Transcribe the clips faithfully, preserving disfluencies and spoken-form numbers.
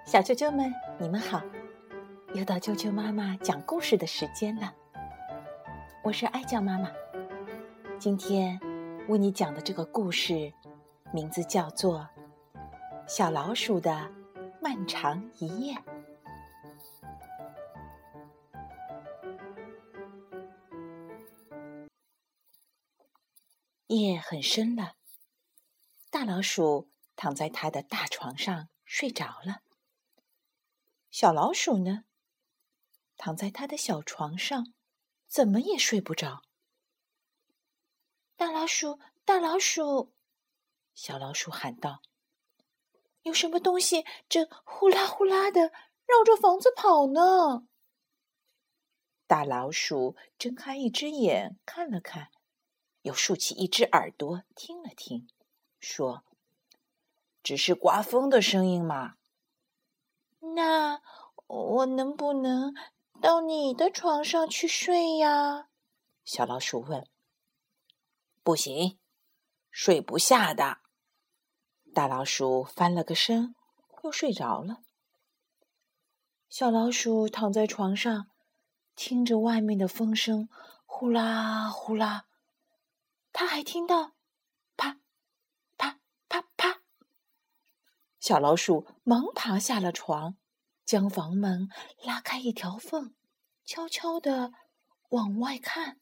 小啾啾们，你们好！又到啾啾妈妈讲故事的时间了。我是爱酱妈妈，今天为你讲的这个故事，名字叫做《小老鼠的漫长一夜》。夜很深了，大老鼠躺在它的大床上睡着了。小老鼠呢，躺在它的小床上，怎么也睡不着。大老鼠，大老鼠，小老鼠喊道：“有什么东西正呼啦呼啦的绕着房子跑呢？”大老鼠睁开一只眼看了看，又竖起一只耳朵听了听，说：“只是刮风的声音嘛。”那我能不能到你的床上去睡呀？小老鼠问。不行，睡不下的。大老鼠翻了个身，又睡着了。小老鼠躺在床上，听着外面的风声，呼啦呼啦。它还听到啪啪啪啪。小老鼠忙爬下了床，将房门拉开一条缝，悄悄地往外看。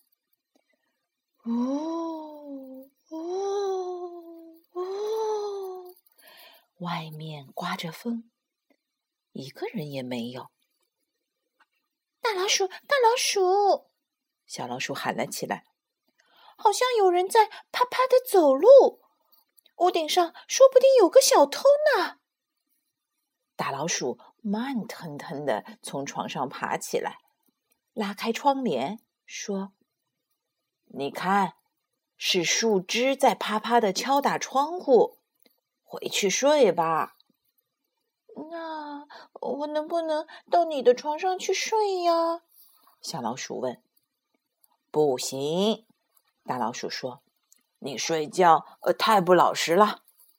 呜呜呜！外面刮着风，一个人也没有。大老鼠，大老鼠！小老鼠喊了起来，好像有人在啪啪地走路。屋顶上说不定有个小偷呢。大老鼠慢腾腾地从床上爬起来，拉开窗帘，说：“你看，是树枝在啪啪地敲打窗户。回去睡吧。”那我能不能到你的床上去睡呀？小老鼠问。不行，大老鼠说，你睡觉呃太不老实了。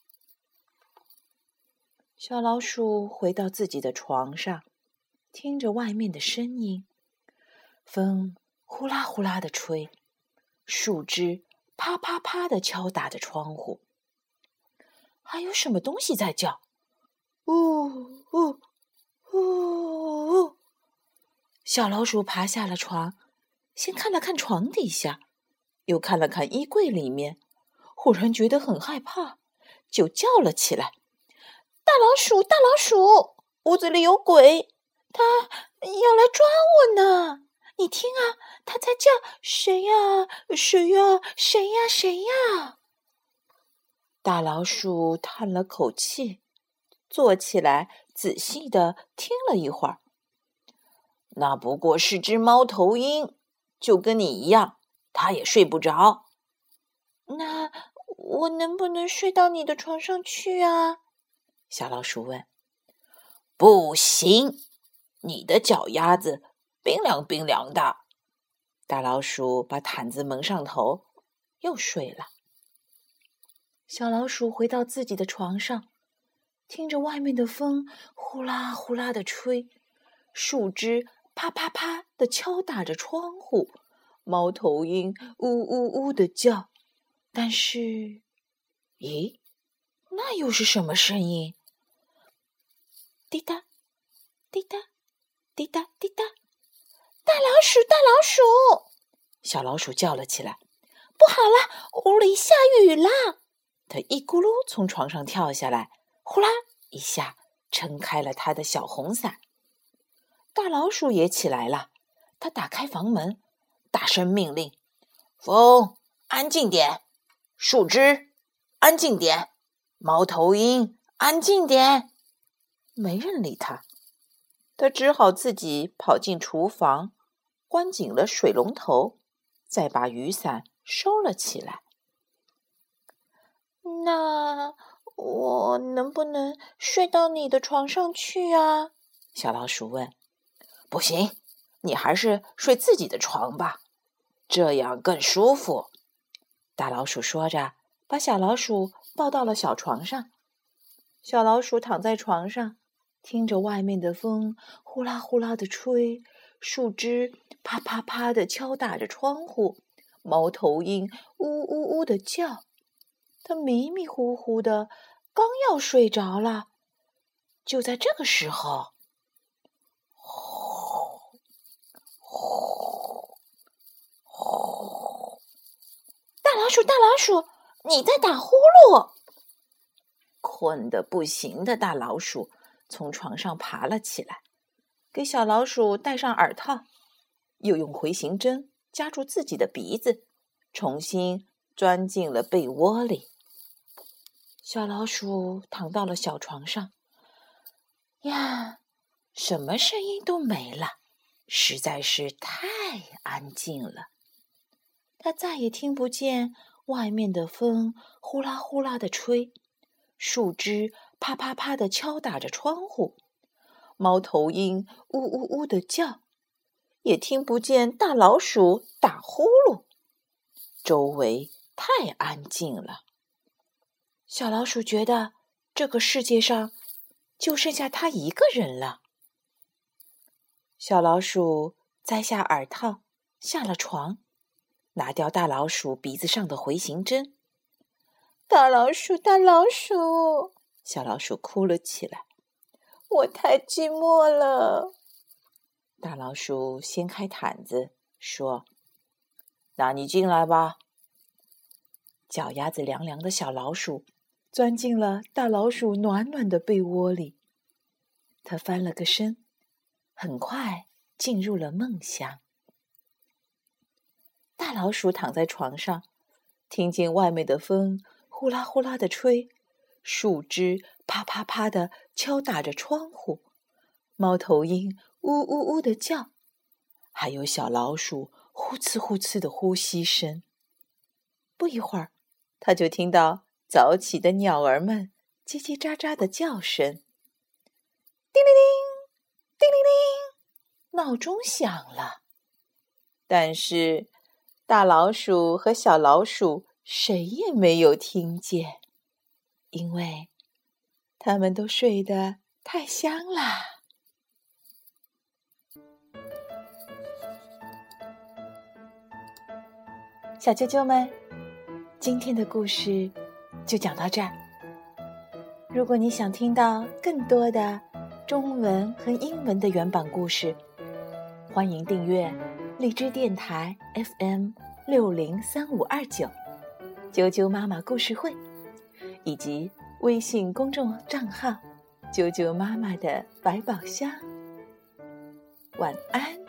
小老鼠回到自己的床上，听着外面的声音，风呼啦呼啦地吹，树枝啪啪啪地敲打着窗户。还有什么东西在叫？呜呜呜呜！小老鼠爬下了床，先看了看床底下，又看了看衣柜里面，忽然觉得很害怕，就叫了起来：“大老鼠，大老鼠，屋子里有鬼，他要来抓我呢！你听啊，他在叫谁呀？谁呀？谁呀？谁呀？”大老鼠叹了口气，坐起来仔细地听了一会儿。那不过是只猫头鹰，就跟你一样，它也睡不着。那我能不能睡到你的床上去啊？小老鼠问。不行，你的脚丫子冰凉冰凉的。大老鼠把毯子蒙上头，又睡了。小老鼠回到自己的床上，听着外面的风呼啦呼啦地吹，树枝啪啪啪地敲打着窗户，猫头鹰呜呜呜地叫。但是，咦，那又是什么声音？滴答，滴答，滴答滴答！大老鼠，大老鼠！小老鼠叫了起来。不好了，屋里下雨了！它一咕噜从床上跳下来，呼啦一下撑开了它的小红伞。大老鼠也起来了，它打开房门，大声命令：“风，安静点！树枝，安静点！猫头鹰，安静点！”没人理它，它只好自己跑进厨房，关紧了水龙头，再把雨伞收了起来。那我能不能睡到你的床上去啊？小老鼠问。不行，你还是睡自己的床吧，这样更舒服。大老鼠说着，把小老鼠抱到了小床上。小老鼠躺在床上， 听着外面的风呼啦呼啦地吹，树枝啪啪啪地敲打着窗户，猫头鹰呜呜呜地叫。他迷迷糊糊的，刚要睡着了。就在这个时候，呼呼呼！大老鼠，大老鼠，你在打呼噜！困得不行的大老鼠从床上爬了起来，给小老鼠戴上耳套，又用回形针夹住自己的鼻子，重新钻进了被窝里。小老鼠躺到了小床上，呀，什么声音都没了，实在是太安静了。它再也听不见外面的风呼啦呼啦地吹，树枝啪啪啪地敲打着窗户，猫头鹰呜呜呜地叫，也听不见大老鼠打呼噜。周围太安静了。小老鼠觉得这个世界上就剩下它一个人了。小老鼠摘下耳套，下了床，拿掉大老鼠鼻子上的回形针。大老鼠，大老鼠，小老鼠哭了起来，我太寂寞了。大老鼠掀开毯子说，那你进来吧。脚丫子凉凉的小老鼠钻进了大老鼠暖暖的被窝里，它翻了个身，很快进入了梦乡。大老鼠躺在床上，听见外面的风呼啦呼啦地吹，树枝啪啪啪地敲打着窗户，猫头鹰呜呜呜地叫，还有小老鼠呼哧呼哧的呼吸声。不一会儿，它就听到早起的鸟儿们叽叽喳喳的叫声。叮铃铃，叮铃铃，闹钟响了。但是大老鼠和小老鼠谁也没有听见，因为它们都睡得太香啦。小啾啾们，今天的故事就讲到这儿。如果你想听到更多的中文和英文的原版故事，欢迎订阅荔枝电台 F M 六零三五二九啾啾妈妈故事会，以及微信公众账号啾啾妈妈的百宝箱。晚安。